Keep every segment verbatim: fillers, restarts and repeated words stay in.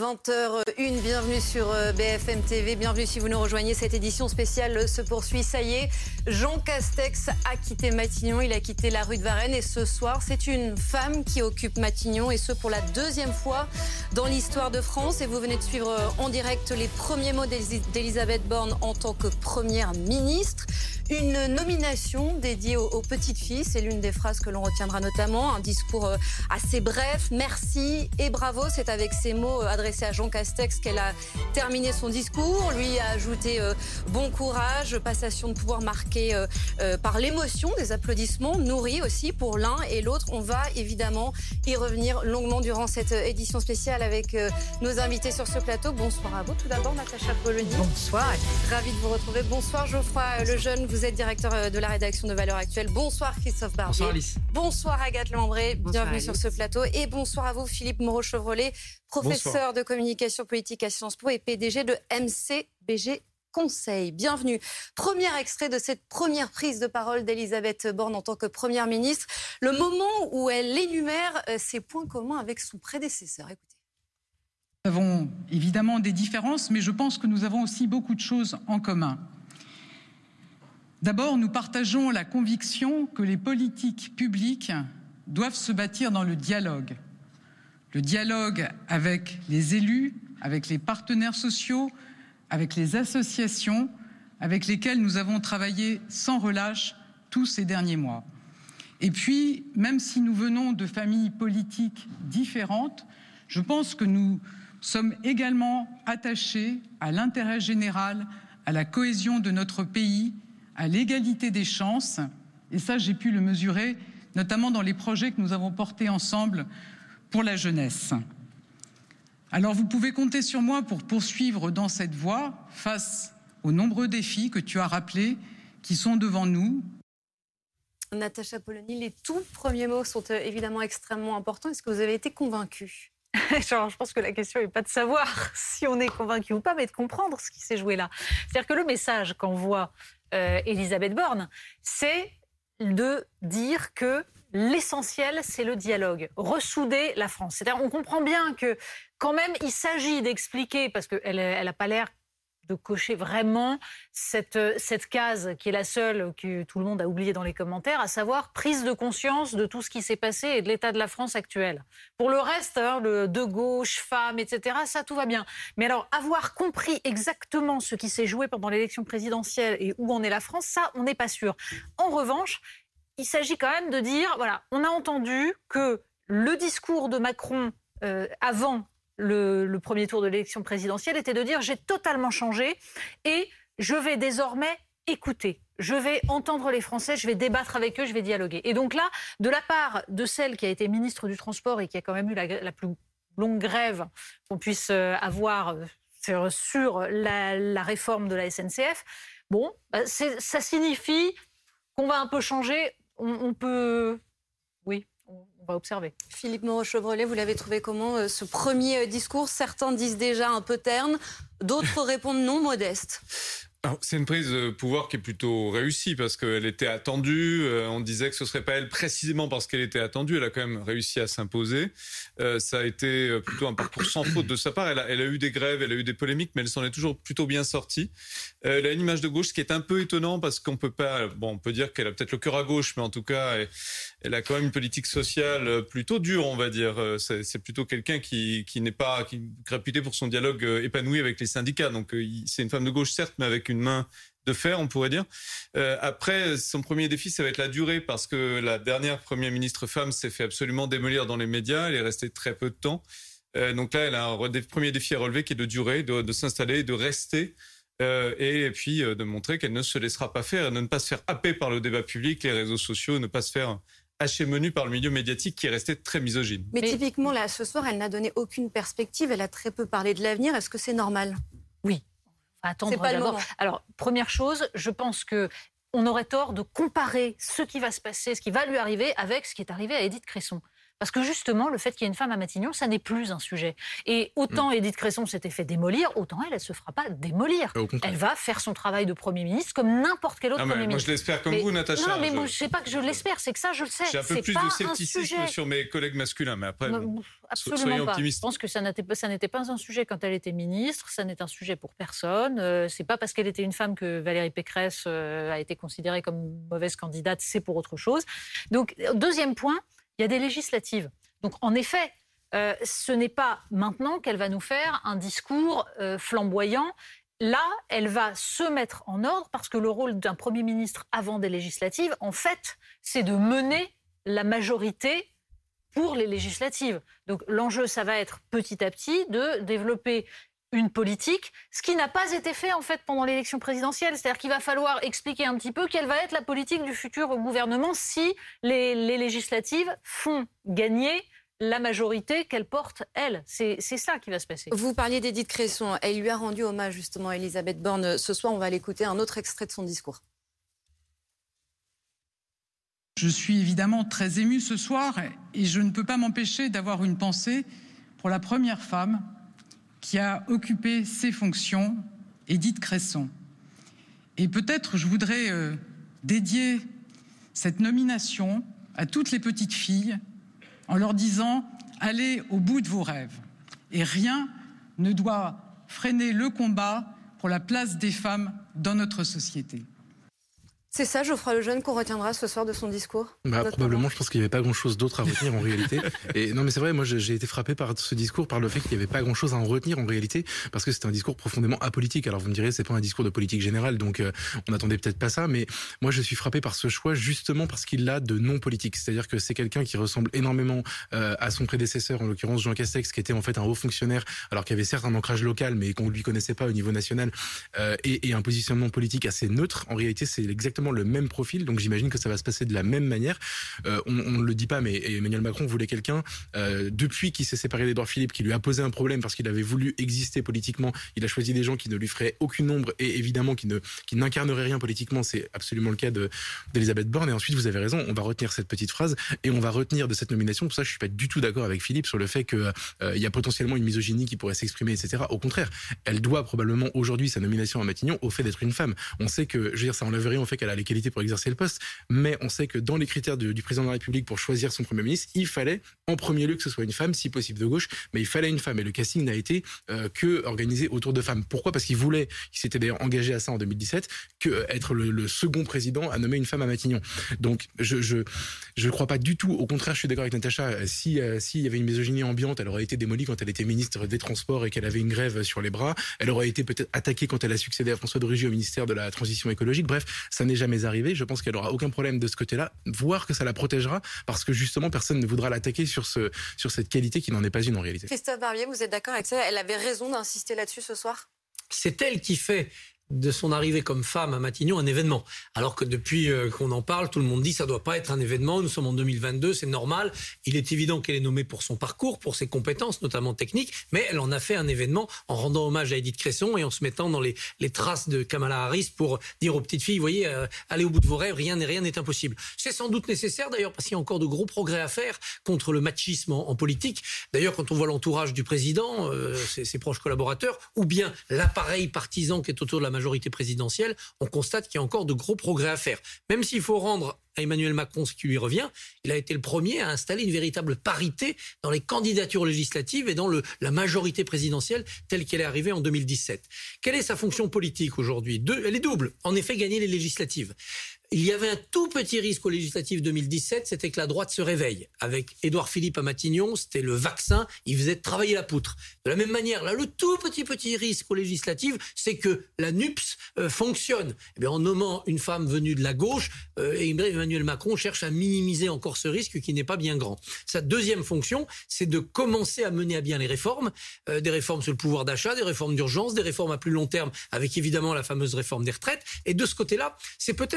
vingt heures une, bienvenue sur B F M T V, bienvenue si vous nous rejoignez, cette édition spéciale se poursuit, ça y est, Jean Castex a quitté Matignon, il a quitté la rue de Varennes et ce soir c'est une femme qui occupe Matignon et ce pour la deuxième fois dans l'histoire de France et vous venez de suivre en direct les premiers mots d'Elisabeth Borne en tant que première ministre. Une nomination dédiée aux, aux petites filles, c'est l'une des phrases que l'on retiendra notamment, un discours assez bref, merci et bravo, c'est avec ces mots adressés à Jean Castex qu'elle a terminé son discours, lui a ajouté euh, bon courage, passation de pouvoir marquée euh, euh, par l'émotion, des applaudissements nourris aussi pour l'un et l'autre. On va évidemment y revenir longuement durant cette édition spéciale avec euh, nos invités sur ce plateau. Bonsoir à vous, tout d'abord Natacha Polony. Bonsoir. Ravi de vous retrouver. Bonsoir Geoffroy Lejeune, vous êtes directeur de la rédaction de Valeurs Actuelles. Bonsoir Christophe Barbier. Bonsoir Alice. Bonsoir Agathe Lambré, Bonsoir bienvenue Alice. sur ce plateau. Et bonsoir à vous Philippe Moreau-Chevrolet, professeur bonsoir. de communication politique à Sciences Po et P D G de M C B G Conseil. Bienvenue. Premier extrait de cette première prise de parole d'Elisabeth Borne en tant que première ministre. Le moment où elle énumère ses points communs avec son prédécesseur. Écoutez. Nous avons évidemment des différences, mais je pense que nous avons aussi beaucoup de choses en commun. D'abord, nous partageons la conviction que les politiques publiques doivent se bâtir dans le dialogue. Le dialogue avec les élus, avec les partenaires sociaux, avec les associations avec lesquelles nous avons travaillé sans relâche tous ces derniers mois. Et puis, même si nous venons de familles politiques différentes, je pense que nous sommes également attachés à l'intérêt général, à la cohésion de notre pays, à l'égalité des chances, et ça j'ai pu le mesurer, notamment dans les projets que nous avons portés ensemble pour la jeunesse. Alors vous pouvez compter sur moi pour poursuivre dans cette voie face aux nombreux défis que tu as rappelés, qui sont devant nous. Natacha Polony, les tout premiers mots sont évidemment extrêmement importants. Est-ce que vous avez été convaincue ? Genre, je pense que la question n'est pas de savoir si on est convaincu ou pas, mais de comprendre ce qui s'est joué là. C'est-à-dire que le message qu'envoie euh, Elisabeth Borne, c'est de dire que l'essentiel, c'est le dialogue, ressouder la France. C'est-à-dire, on comprend bien que quand même, il s'agit d'expliquer, parce qu'elle n'a pas l'air de cocher vraiment cette, cette case qui est la seule que tout le monde a oubliée dans les commentaires, à savoir prise de conscience de tout ce qui s'est passé et de l'état de la France actuelle. Pour le reste, hein, le de gauche, femmes, et cetera, ça tout va bien. Mais alors, avoir compris exactement ce qui s'est joué pendant l'élection présidentielle et où en est la France, ça, on n'est pas sûr. En revanche, il s'agit quand même de dire, voilà, on a entendu que le discours de Macron euh, avant Le, le premier tour de l'élection présidentielle était de dire j'ai totalement changé et je vais désormais écouter. Je vais entendre les Français, je vais débattre avec eux, je vais dialoguer. Et donc là, de la part de celle qui a été ministre du Transport et qui a quand même eu la, la plus longue grève qu'on puisse avoir sur, sur la, la réforme de la S N C F, bon, c'est, ça signifie qu'on va un peu changer, on, on peut... Oui. On va observer. Philippe Moreau-Chevrolet, vous l'avez trouvé comment, euh, ce premier discours? Certains disent déjà un peu terne, d'autres répondent non, modeste. Alors, c'est une prise de pouvoir qui est plutôt réussie parce qu'elle était attendue. Euh, on disait que ce serait pas elle précisément parce qu'elle était attendue. Elle a quand même réussi à s'imposer. Euh, ça a été plutôt un parcours sans faute de sa part. Elle a, elle a eu des grèves, elle a eu des polémiques, mais elle s'en est toujours plutôt bien sortie. Euh, elle a une image de gauche, ce qui est un peu étonnant parce qu'on peut pas. Bon, on peut dire qu'elle a peut-être le cœur à gauche, mais en tout cas, elle, elle a quand même une politique sociale plutôt dure, on va dire. C'est, c'est plutôt quelqu'un qui, qui n'est pas qui est réputé pour son dialogue épanoui avec les syndicats. Donc, c'est une femme de gauche certes, mais avec une main de fer, on pourrait dire. Euh, après, son premier défi, ça va être la durée, parce que la dernière première ministre femme s'est fait absolument démolir dans les médias. Elle est restée très peu de temps. Euh, donc là, elle a un des premiers défis à relever qui est de durer, de, de s'installer, de rester, euh, et, et puis euh, de montrer qu'elle ne se laissera pas faire, de ne pas se faire happer par le débat public, les réseaux sociaux, ne pas se faire hacher menu par le milieu médiatique qui est resté très misogyne. Mais typiquement, là, ce soir, elle n'a donné aucune perspective. Elle a très peu parlé de l'avenir. Est-ce que c'est normal ? Oui. Attendre c'est pas d'abord. le moment. Alors, première chose, je pense que on aurait tort de comparer ce qui va se passer, ce qui va lui arriver, avec ce qui est arrivé à Édith Cresson. Parce que justement, le fait qu'il y ait une femme à Matignon, ça n'est plus un sujet. Et autant mmh. Édith Cresson s'était fait démolir, autant elle, elle ne se fera pas démolir. Elle va faire son travail de Premier ministre comme n'importe quel autre ah Premier moi, ministre. Moi, je l'espère comme mais, vous, Natacha. Non, mais je... moi, je ne sais pas que je l'espère, c'est que ça, je le sais. J'ai un peu c'est plus pas de scepticisme sur mes collègues masculins, mais après, non, bon, absolument soyons pas. optimistes. Je pense que ça n'était, ça n'était pas un sujet quand elle était ministre, ça n'est un sujet pour personne. Euh, c'est pas parce qu'elle était une femme que Valérie Pécresse euh, a été considérée comme mauvaise candidate, c'est pour autre chose. Donc, deuxième point, il y a des législatives. Donc, en effet, euh, ce n'est pas maintenant qu'elle va nous faire un discours euh, flamboyant. Là, elle va se mettre en ordre parce que le rôle d'un Premier ministre avant des législatives, en fait, c'est de mener la majorité pour les législatives. Donc, l'enjeu, ça va être petit à petit de développer une politique, ce qui n'a pas été fait en fait pendant l'élection présidentielle. C'est-à-dire qu'il va falloir expliquer un petit peu quelle va être la politique du futur gouvernement si les, les législatives font gagner la majorité qu'elle porte, elle. C'est, c'est ça qui va se passer. Vous parliez d'Édith Cresson. Elle lui a rendu hommage justement à Elisabeth Borne. Ce soir, on va l'écouter un autre extrait de son discours. Je suis évidemment très émue ce soir et je ne peux pas m'empêcher d'avoir une pensée pour la première femme qui a occupé ces fonctions, Édith Cresson. Et peut-être je voudrais euh, dédier cette nomination à toutes les petites filles en leur disant « Allez au bout de vos rêves ». Et rien ne doit freiner le combat pour la place des femmes dans notre société. C'est ça, Geoffroy Lejeune, qu'on retiendra ce soir de son discours? Bah, probablement, je pense qu'il n'y avait pas grand-chose d'autre à retenir en réalité. Et non, mais c'est vrai, moi j'ai été frappé par ce discours, par le fait qu'il n'y avait pas grand-chose à en retenir en réalité, parce que c'était un discours profondément apolitique. Alors vous me direz, c'est pas un discours de politique générale, donc euh, on n'attendait peut-être pas ça, mais moi je suis frappé par ce choix justement parce qu'il a de non politique. C'est-à-dire que c'est quelqu'un qui ressemble énormément euh, à son prédécesseur, en l'occurrence Jean Castex, qui était en fait un haut fonctionnaire, alors qu'il y avait certes un ancrage local, mais qu'on ne lui connaissait pas au niveau national, euh, et, et un positionnement politique assez neutre. En réalité, c'est exactement le même profil. Donc j'imagine que ça va se passer de la même manière. Euh, on ne le dit pas, mais Emmanuel Macron voulait quelqu'un, euh, depuis qu'il s'est séparé d'Édouard Philippe, qui lui a posé un problème parce qu'il avait voulu exister politiquement. Il a choisi des gens qui ne lui feraient aucune ombre et évidemment qui, ne, qui n'incarneraient rien politiquement. C'est absolument le cas de, d'Elisabeth Borne. Et ensuite, vous avez raison, on va retenir cette petite phrase et on va retenir de cette nomination. Pour ça, je suis pas du tout d'accord avec Philippe sur le fait qu'il euh, y a potentiellement une misogynie qui pourrait s'exprimer, et cetera. Au contraire, elle doit probablement aujourd'hui sa nomination à Matignon au fait d'être une femme. On sait que, je veux dire, ça enlève rien au fait qu'elle a les qualités pour exercer le poste, mais on sait que dans les critères de, du président de la République pour choisir son Premier ministre, il fallait en premier lieu que ce soit une femme, si possible de gauche, mais il fallait une femme. Et le casting n'a été euh, que organisé autour de femmes. Pourquoi ? Parce qu'il voulait, il s'était d'ailleurs engagé à ça en deux mille dix-sept, que euh, être le, le second président à nommer une femme à Matignon. Donc je je je crois pas du tout. Au contraire, je suis d'accord avec Natacha. Si euh, s'il y avait une misogynie ambiante, elle aurait été démolie quand elle était ministre des Transports et qu'elle avait une grève sur les bras. Elle aurait été peut-être attaquée quand elle a succédé à François de Rugy au ministère de la Transition écologique. Bref, ça n'est jamais arrivé. Je pense qu'elle aura aucun problème de ce côté-là, voire que ça la protégera, parce que justement personne ne voudra l'attaquer sur ce sur cette qualité qui n'en est pas une en réalité. Christophe Barbier, vous êtes d'accord avec ça? Elle avait raison d'insister là-dessus ce soir? C'est elle qui fait de son arrivée comme femme à Matignon un événement. Alors que depuis euh, qu'on en parle, tout le monde dit ça doit pas être un événement, nous sommes en deux mille vingt-deux, c'est normal. Il est évident qu'elle est nommée pour son parcours, pour ses compétences, notamment techniques, mais elle en a fait un événement en rendant hommage à Édith Cresson et en se mettant dans les, les traces de Kamala Harris pour dire aux petites filles, voyez, euh, allez au bout de vos rêves, rien n'est rien n'est impossible. C'est sans doute nécessaire d'ailleurs parce qu'il y a encore de gros progrès à faire contre le machisme en, en politique. D'ailleurs, quand on voit l'entourage du président, euh, ses, ses proches collaborateurs, ou bien l'appareil partisan qui est autour de la majorité présidentielle, on constate qu'il y a encore de gros progrès à faire. Même s'il faut rendre à Emmanuel Macron ce qui lui revient, il a été le premier à installer une véritable parité dans les candidatures législatives et dans le, la majorité présidentielle telle qu'elle est arrivée en deux mille dix-sept. Quelle est sa fonction politique aujourd'hui ? Deux, elle est double. En effet, gagner les législatives. Il y avait un tout petit risque aux législatives deux mille dix-sept, c'était que la droite se réveille. Avec Édouard Philippe à Matignon, c'était le vaccin, il faisait travailler la poutre. De la même manière, là, le tout petit petit risque aux législatives, c'est que la NUPS euh, fonctionne. Eh bien, en nommant une femme venue de la gauche, euh, Emmanuel Macron cherche à minimiser encore ce risque qui n'est pas bien grand. Sa deuxième fonction, c'est de commencer à mener à bien les réformes, euh, des réformes sur le pouvoir d'achat, des réformes d'urgence, des réformes à plus long terme, avec évidemment la fameuse réforme des retraites. Et de ce côté-là, c'est peut-être un bon choix.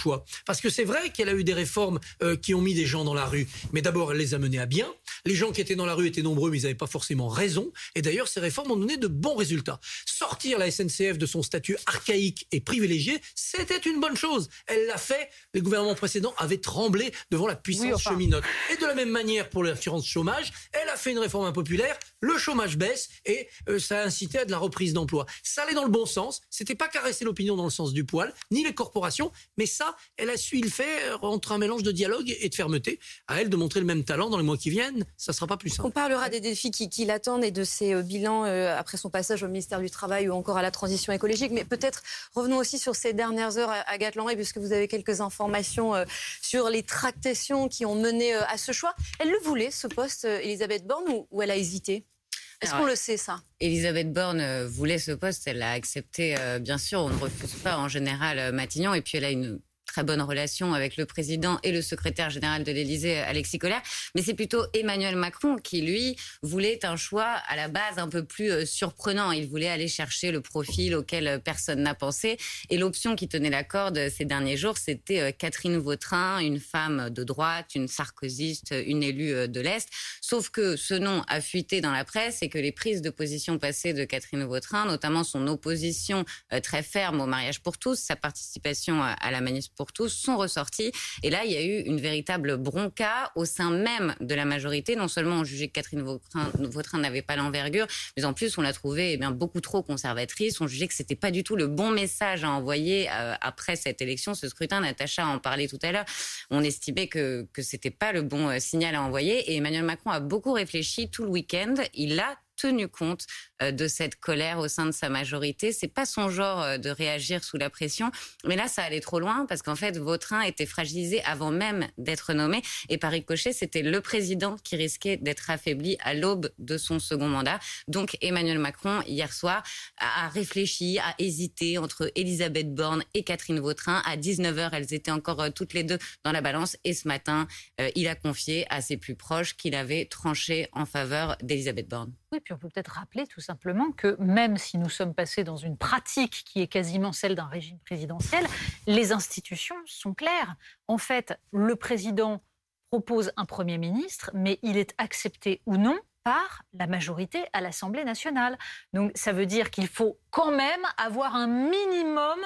choix. Parce que c'est vrai qu'elle a eu des réformes euh, qui ont mis des gens dans la rue, mais d'abord elle les a menés à bien. Les gens qui étaient dans la rue étaient nombreux, mais ils n'avaient pas forcément raison. Et d'ailleurs, ces réformes ont donné de bons résultats. Sortir la S N C F de son statut archaïque et privilégié, c'était une bonne chose. Elle l'a fait. Les gouvernements précédents avaient tremblé devant la puissance oui, enfin. cheminote. Et de la même manière pour l'assurance chômage, elle a fait une réforme impopulaire. Le chômage baisse et euh, ça a incité à de la reprise d'emploi. Ça allait dans le bon sens. C'était pas caresser l'opinion dans le sens du poil, ni les corporations. Mais ça, elle a su le faire entre un mélange de dialogue et de fermeté. À elle de montrer le même talent dans les mois qui viennent. Ça sera pas plus simple. On parlera des défis qui, qui l'attendent et de ses euh, bilans euh, après son passage au ministère du Travail ou encore à la transition écologique. Mais peut-être revenons aussi sur ces dernières heures, Agathe Lanray, puisque vous avez quelques informations euh, sur les tractations qui ont mené euh, à ce choix. Elle le voulait, ce poste, euh, Elisabeth Borne, ou, ou elle a hésité ? Est-ce qu'on le sait, ça ? Elisabeth Borne euh, voulait ce poste, elle l'a accepté, euh, bien sûr. On ne refuse pas en général euh, Matignon. Et puis elle a une très bonne relation avec le président et le secrétaire général de l'Élysée, Alexis Collère. Mais c'est plutôt Emmanuel Macron qui, lui, voulait un choix à la base un peu plus euh, surprenant. Il voulait aller chercher le profil auquel personne n'a pensé. Et l'option qui tenait la corde ces derniers jours, c'était euh, Catherine Vautrin, une femme de droite, une sarkozyste, une élue euh, de l'Est. Sauf que ce nom a fuité dans la presse et que les prises de position passées de Catherine Vautrin, notamment son opposition euh, très ferme au mariage pour tous, sa participation à, à la manif pour tous, sont ressortis. Et là, il y a eu une véritable bronca au sein même de la majorité. Non seulement on jugeait que Catherine Vautrin, Vautrin n'avait pas l'envergure, mais en plus, on l'a trouvée eh bien, beaucoup trop conservatrice. On jugeait que c'était pas du tout le bon message à envoyer euh, après cette élection, ce scrutin. Natacha en parlait tout à l'heure. On estimait que, que c'était pas le bon euh, signal à envoyer. Et Emmanuel Macron a beaucoup réfléchi tout le week-end. Il a tenu compte euh, de cette colère au sein de sa majorité. C'est pas son genre euh, de réagir sous la pression, mais là ça allait trop loin parce qu'en fait Vautrin était fragilisé avant même d'être nommé et par ricochet c'était le président qui risquait d'être affaibli à l'aube de son second mandat. Donc Emmanuel Macron hier soir a réfléchi, a hésité entre Elisabeth Borne et Catherine Vautrin. À dix-neuf heures elles étaient encore euh, toutes les deux dans la balance et ce matin euh, il a confié à ses plus proches qu'il avait tranché en faveur d'Elisabeth Borne. Oui, puis on peut peut-être rappeler tout simplement que même si nous sommes passés dans une pratique qui est quasiment celle d'un régime présidentiel, les institutions sont claires. En fait, le président propose un Premier ministre, mais il est accepté ou non par la majorité à l'Assemblée nationale. Donc ça veut dire qu'il faut quand même avoir un minimum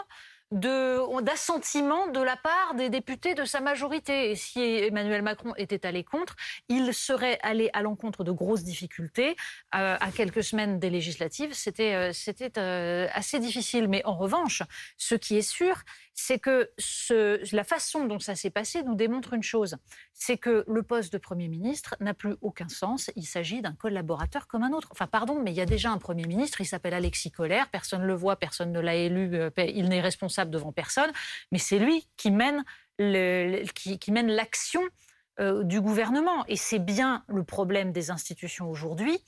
de, d'assentiment de la part des députés de sa majorité. Et si Emmanuel Macron était allé contre, il serait allé à l'encontre de grosses difficultés. Euh, à quelques semaines des législatives, c'était, euh, c'était euh, assez difficile. Mais en revanche, ce qui est sûr, c'est que ce, la façon dont ça s'est passé nous démontre une chose. C'est que le poste de Premier ministre n'a plus aucun sens. Il s'agit d'un collaborateur comme un autre. Enfin, pardon, mais il y a déjà un Premier ministre, il s'appelle Alexis Collère. Personne ne le voit, personne ne l'a élu, euh, il n'est responsable devant personne. Mais c'est lui qui mène, le, le, qui, qui mène l'action euh, du gouvernement. Et c'est bien le problème des institutions aujourd'hui.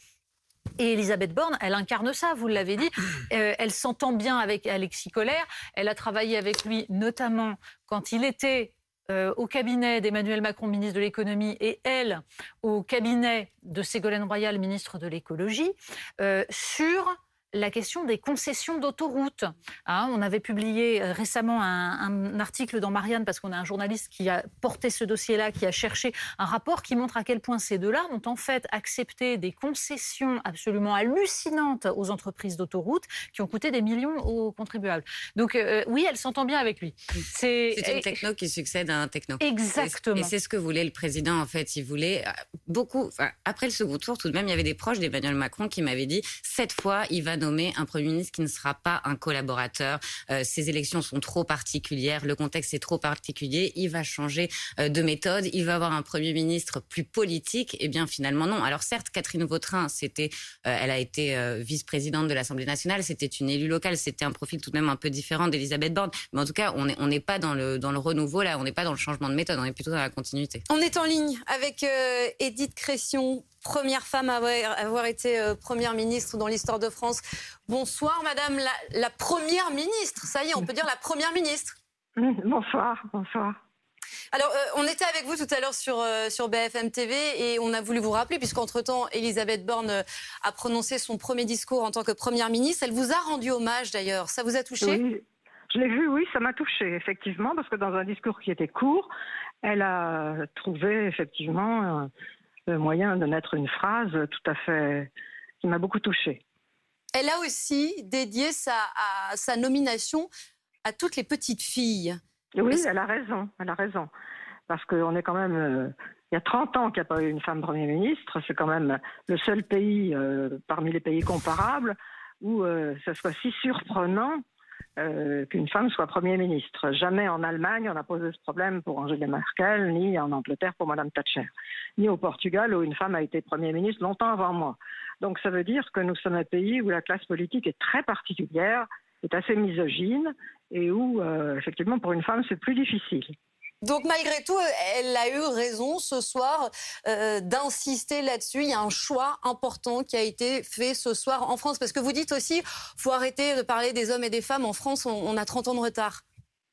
Et Elisabeth Borne, elle incarne ça, vous l'avez dit. Euh, elle s'entend bien avec Alexis Collère. Elle a travaillé avec lui, notamment quand il était euh, au cabinet d'Emmanuel Macron, ministre de l'économie, et elle, au cabinet de Ségolène Royal, ministre de l'écologie, euh, sur la question des concessions d'autoroutes. Hein, on avait publié récemment un, un article dans Marianne, parce qu'on a un journaliste qui a porté ce dossier-là, qui a cherché un rapport qui montre à quel point ces deux-là ont en fait accepté des concessions absolument hallucinantes aux entreprises d'autoroutes qui ont coûté des millions aux contribuables. Donc euh, oui, elle s'entend bien avec lui. C'est, c'est une techno qui succède à un techno. Exactement. Et c'est ce que voulait le président, en fait. Il voulait beaucoup... Enfin, après le second tour, tout de même, il y avait des proches d'Emmanuel Macron qui m'avaient dit « Cette fois, il va nommer un Premier ministre qui ne sera pas un collaborateur. Euh, ces élections sont trop particulières, le contexte est trop particulier, il va changer euh, de méthode, il va avoir un Premier ministre plus politique. » Eh bien, finalement, non. Alors certes, Catherine Vautrin, c'était, euh, elle a été euh, vice-présidente de l'Assemblée nationale, c'était une élue locale, c'était un profil tout de même un peu différent d'Elisabeth Borne. Mais en tout cas, on n'est on n'est pas dans le, dans le renouveau, là, on n'est pas dans le changement de méthode, on est plutôt dans la continuité. On est en ligne avec euh, Édith Cresson, première femme à avoir, avoir été euh, première ministre dans l'histoire de France. Bonsoir, madame la, la première ministre. Ça y est, on peut dire la première ministre. Bonsoir, bonsoir. Alors, euh, on était avec vous tout à l'heure sur, euh, sur B F M T V et on a voulu vous rappeler, puisqu'entre-temps, Elisabeth Borne euh, a prononcé son premier discours en tant que première ministre. Elle vous a rendu hommage, d'ailleurs. Ça vous a touché ? Oui, Je l'ai vu, oui, ça m'a touchée, effectivement, parce que dans un discours qui était court, elle a trouvé, effectivement, le moyen de mettre une phrase tout à fait... qui m'a beaucoup touchée. Elle a aussi dédié sa, à, sa nomination à toutes les petites filles. Oui, elle a raison, elle a raison. Parce qu'on est quand même... Euh, il y a trente ans qu'il n'y a pas eu une femme Premier ministre. C'est quand même le seul pays, euh, parmi les pays comparables, où euh, ça soit si surprenant euh, qu'une femme soit Premier ministre. Jamais en Allemagne on a posé ce problème pour Angela Merkel, ni en Angleterre pour Madame Thatcher, ni au Portugal où une femme a été Premier ministre longtemps avant moi. Donc ça veut dire que nous sommes un pays où la classe politique est très particulière, est assez misogyne et où, euh, effectivement, pour une femme, c'est plus difficile. Donc malgré tout, elle a eu raison ce soir euh, d'insister là-dessus. Il y a un choix important qui a été fait ce soir en France. Parce que vous dites aussi, il faut arrêter de parler des hommes et des femmes. En France, on, on a trente ans de retard.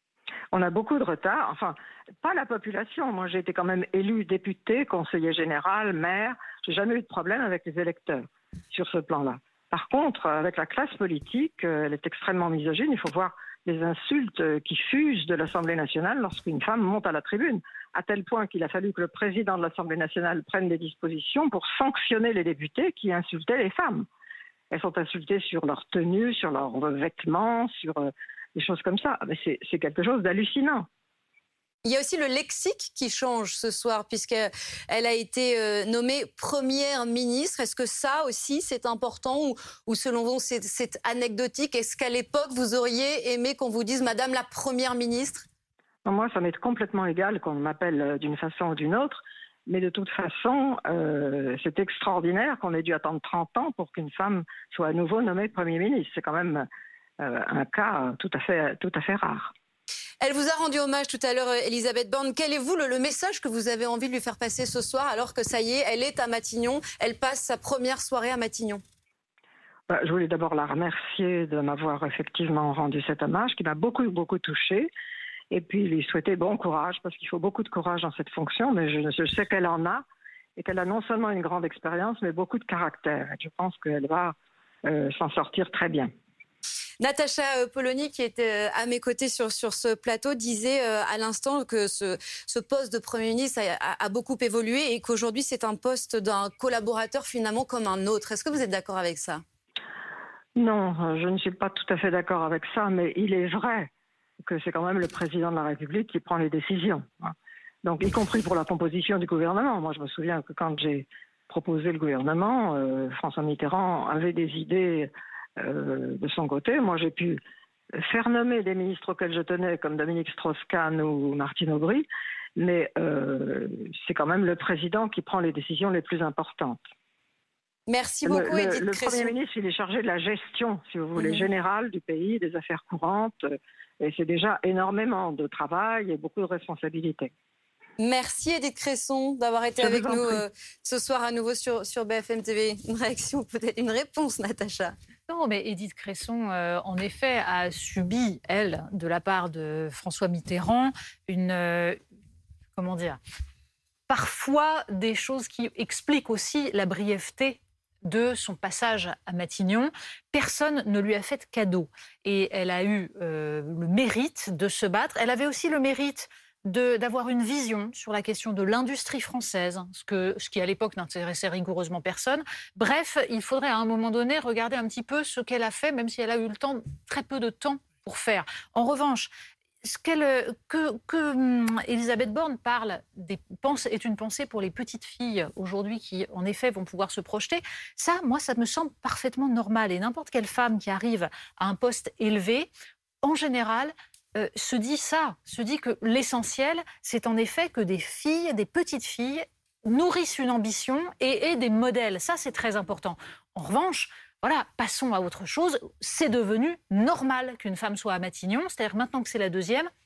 On a beaucoup de retard. Enfin, pas la population. Moi, j'ai été quand même élue députée, conseiller général, maire. J'ai jamais eu de problème avec les électeurs sur ce plan-là. Par contre, avec la classe politique, elle est extrêmement misogyne. Il faut voir les insultes qui fusent de l'Assemblée nationale lorsqu'une femme monte à la tribune, à tel point qu'il a fallu que le président de l'Assemblée nationale prenne des dispositions pour sanctionner les députés qui insultaient les femmes. Elles sont insultées sur leur tenue, sur leurs vêtements, sur euh, des choses comme ça. Mais c'est, c'est quelque chose d'hallucinant. Il y a aussi le lexique qui change ce soir, puisqu'elle a été euh, nommée première ministre. Est-ce que ça aussi, c'est important ou, ou selon vous, c'est, c'est anecdotique? Est-ce qu'à l'époque, vous auriez aimé qu'on vous dise « Madame la première ministre » ? Moi, ça m'est complètement égal qu'on m'appelle d'une façon ou d'une autre. Mais de toute façon, euh, c'est extraordinaire qu'on ait dû attendre trente ans pour qu'une femme soit à nouveau nommée Premier ministre. C'est quand même euh, un cas tout à fait, tout à fait rare. Elle vous a rendu hommage tout à l'heure, Elisabeth Borne. Quel est, vous, le, le message que vous avez envie de lui faire passer ce soir, alors que ça y est, elle est à Matignon, elle passe sa première soirée à Matignon? Bah, je voulais d'abord la remercier de m'avoir effectivement rendu cet hommage, qui m'a beaucoup, beaucoup touchée. Et puis lui souhaiter bon courage, parce qu'il faut beaucoup de courage dans cette fonction, mais je, je sais qu'elle en a, et qu'elle a non seulement une grande expérience, mais beaucoup de caractère. Et je pense qu'elle va euh, s'en sortir très bien. Natacha Polony, qui était à mes côtés sur, sur ce plateau, disait à l'instant que ce, ce poste de Premier ministre a, a beaucoup évolué et qu'aujourd'hui c'est un poste d'un collaborateur finalement comme un autre. Est-ce que vous êtes d'accord avec ça? Non, je ne suis pas tout à fait d'accord avec ça, mais il est vrai que c'est quand même le président de la République qui prend les décisions. Donc, y compris pour la composition du gouvernement. Moi, je me souviens que quand j'ai proposé le gouvernement, euh, François Mitterrand avait des idées euh, de son côté. Moi, j'ai pu faire nommer des ministres auxquels je tenais, comme Dominique Strauss-Kahn ou Martine Aubry, mais euh, c'est quand même le président qui prend les décisions les plus importantes. Merci beaucoup, le, Edith le, le Cresson. Premier ministre, il est chargé de la gestion, si vous voulez, mmh. générale du pays, des affaires courantes, et c'est déjà énormément de travail et beaucoup de responsabilités. Merci Edith Cresson d'avoir été Je avec nous euh, ce soir à nouveau sur, sur B F M T V. Une réaction, peut-être une réponse, Natacha? Non, mais Edith Cresson, euh, en effet, a subi, elle, de la part de François Mitterrand, une... Euh, comment dire parfois des choses qui expliquent aussi la brièveté de son passage à Matignon. Personne ne lui a fait de cadeau. Et elle a eu euh, le mérite de se battre. Elle avait aussi le mérite de, d'avoir une vision sur la question de l'industrie française, ce, que, ce qui à l'époque n'intéressait rigoureusement personne. Bref, il faudrait à un moment donné regarder un petit peu ce qu'elle a fait, même si elle a eu le temps, très peu de temps pour faire. En revanche, ce qu'elle, que, que hum, Elisabeth Borne parle des pensées, est une pensée pour les petites filles aujourd'hui qui, en effet, vont pouvoir se projeter. Ça, moi, ça me semble parfaitement normal. Et n'importe quelle femme qui arrive à un poste élevé, en général, euh, se dit ça, se dit que l'essentiel, c'est en effet que des filles, des petites filles, nourrissent une ambition et aient des modèles. Ça, c'est très important. En revanche, voilà, passons à autre chose. C'est devenu normal qu'une femme soit à Matignon. C'est-à-dire maintenant que c'est la deuxième,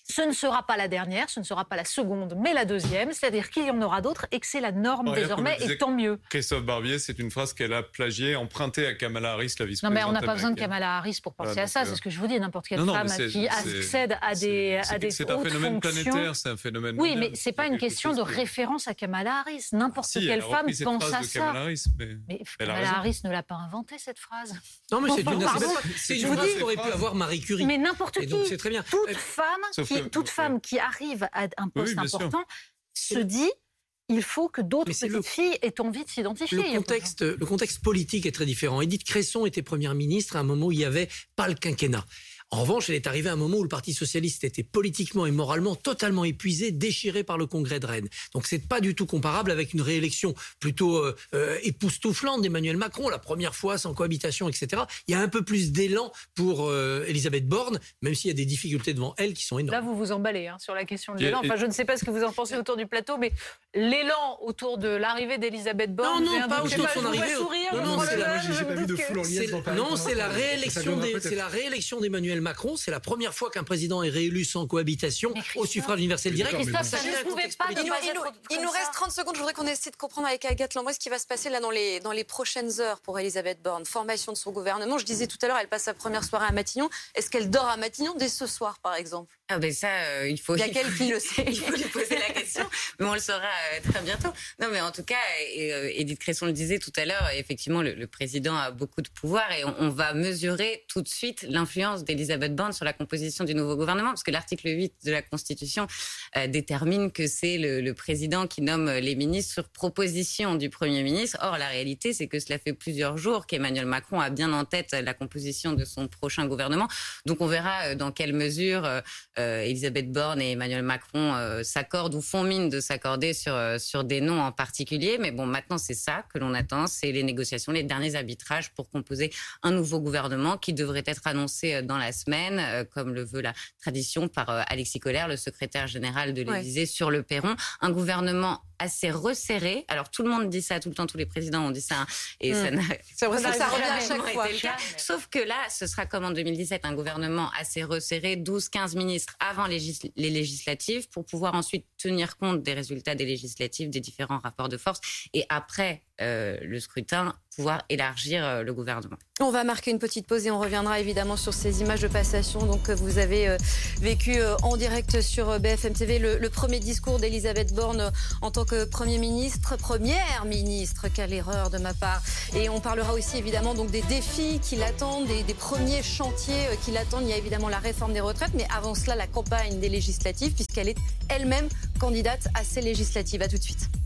Ce ne sera pas la dernière, ce ne sera pas la seconde, mais la deuxième. C'est-à-dire qu'il y en aura d'autres et que c'est la norme Alors, désormais, comme le et tant mieux. Christophe Barbier, c'est une phrase qu'elle a plagiée, empruntée à Kamala Harris, la vice-présidente. Non, mais on n'a pas besoin de américaine. Kamala Harris pour penser Voilà, à ça. donc, C'est ce que je vous dis. N'importe quelle non, non, femme mais c'est- qui c'est- accède à des, c'est- à des C'est un hautes phénomène fonctions. planétaire, c'est un phénomène Oui, mondial. mais c'est pas une quelque question chose de que- référence à Kamala Harris. N'importe Si, quelle elle a femme repris cette pense phrase à de ça. Kamala Harris, mais Mais elle a Kamala raison. Harris ne l'a pas inventée, cette phrase. Non, mais c'est Enfin, une, pardon. c'est pas- c'est Je une vous phrase dis- qu'aurait pu avoir Marie Curie. Mais n'importe Et qui, donc c'est très bien. toute Euh, femme, Sauf qui, que- toute ouais. femme qui arrive à un Oui, poste bien sûr. important se dit il faut que d'autres Mais c'est petites le- filles aient envie de s'identifier. Le contexte, le contexte politique est très différent. Édith Cresson était première ministre à un moment où il n'y avait pas le quinquennat. En revanche, elle est arrivée à un moment où le Parti socialiste était politiquement et moralement totalement épuisé, déchiré par le Congrès de Rennes. Donc c'est pas du tout comparable avec une réélection plutôt euh, euh, époustouflante d'Emmanuel Macron, la première fois sans cohabitation, et cetera. Il y a un peu plus d'élan pour euh, Elisabeth Borne, même s'il y a des difficultés devant elle qui sont énormes. Là, vous vous emballez hein, sur la question de Et- l'élan. et- Enfin, je ne sais pas ce que vous en pensez autour du plateau, mais l'élan autour de l'arrivée d'Elisabeth Borne. Non, non, j'ai un pas doute. Je autour sais de son je vous vois arrivée. sourire, Non, je non, vois c'est le la- même, j'ai- j'ai je pas me vu de doute que- foule en liesse C'est- dans Paris. non, c'est la Ça réélection viendra des- peut-être. c'est la réélection d'Emmanuel Macron. C'est la première fois qu'un président est réélu sans cohabitation Mais au Christophe- suffrage universel Mais direct. d'accord, mais Christophe, bon. ça crée ne un pouvait contexte pas politique. ne Il nous, pas il nous- être il comme nous ça. reste trente secondes. Je voudrais qu'on essaie de comprendre avec Agathe Lambray ce qui va se passer là dans les, dans les prochaines heures pour Elisabeth Borne. Formation de son gouvernement. Je disais tout à l'heure, elle passe sa première soirée à Matignon. Est-ce qu'elle dort à Matignon dès ce soir, par exemple? Ah ben ça, euh, il faut. Il y a il faut- quelqu'un qui le sait. Il faut lui poser la question, mais on le saura euh, très bientôt. Non, mais en tout cas, et, euh, Edith Cresson le disait tout à l'heure, effectivement, le, le président a beaucoup de pouvoir et on, on va mesurer tout de suite l'influence d'Elisabeth Borne sur la composition du nouveau gouvernement, parce que l'article huit de la Constitution euh, détermine que c'est le, le président qui nomme les ministres sur proposition du Premier ministre. Or, la réalité, c'est que cela fait plusieurs jours qu'Emmanuel Macron a bien en tête la composition de son prochain gouvernement. Donc, on verra euh, dans quelle mesure euh, euh, Elisabeth Borne et Emmanuel Macron euh, s'accordent ou font mine de s'accorder sur, euh, sur des noms en particulier. Mais bon, maintenant, c'est ça que l'on attend, c'est les négociations, les derniers arbitrages pour composer un nouveau gouvernement qui devrait être annoncé euh, dans la semaine, euh, comme le veut la tradition, par euh, Alexis Collère, le secrétaire général de l'Élysée, sur le perron. Un gouvernement assez resserré. Alors, tout le monde dit ça tout le temps, tous les présidents ont dit ça, hein, et Mm. ça n'a C'est vrai, ça, Ça ça revient à jamais chaque été fois. le cas. Sauf que là, ce sera comme en deux mille dix-sept, un gouvernement assez resserré, douze quinze ministres avant les, gis- les législatives, pour pouvoir ensuite tenir compte des résultats des législatives, des différents rapports de force, et après euh, le scrutin, pouvoir élargir euh, le gouvernement. On va marquer une petite pause et on reviendra évidemment sur ces images de passation donc, que vous avez euh, vécues euh, en direct sur euh, B F M T V. Le, le premier discours d'Elisabeth Borne euh, en tant que Premier ministre, Première ministre, quelle erreur de ma part. Et on parlera aussi évidemment donc, des défis qui l'attendent, des, des premiers chantiers euh, qui l'attendent. Il y a évidemment la réforme des retraites, mais avant cela la campagne des législatives puisqu'elle est elle-même candidate à ces législatives. À tout de suite.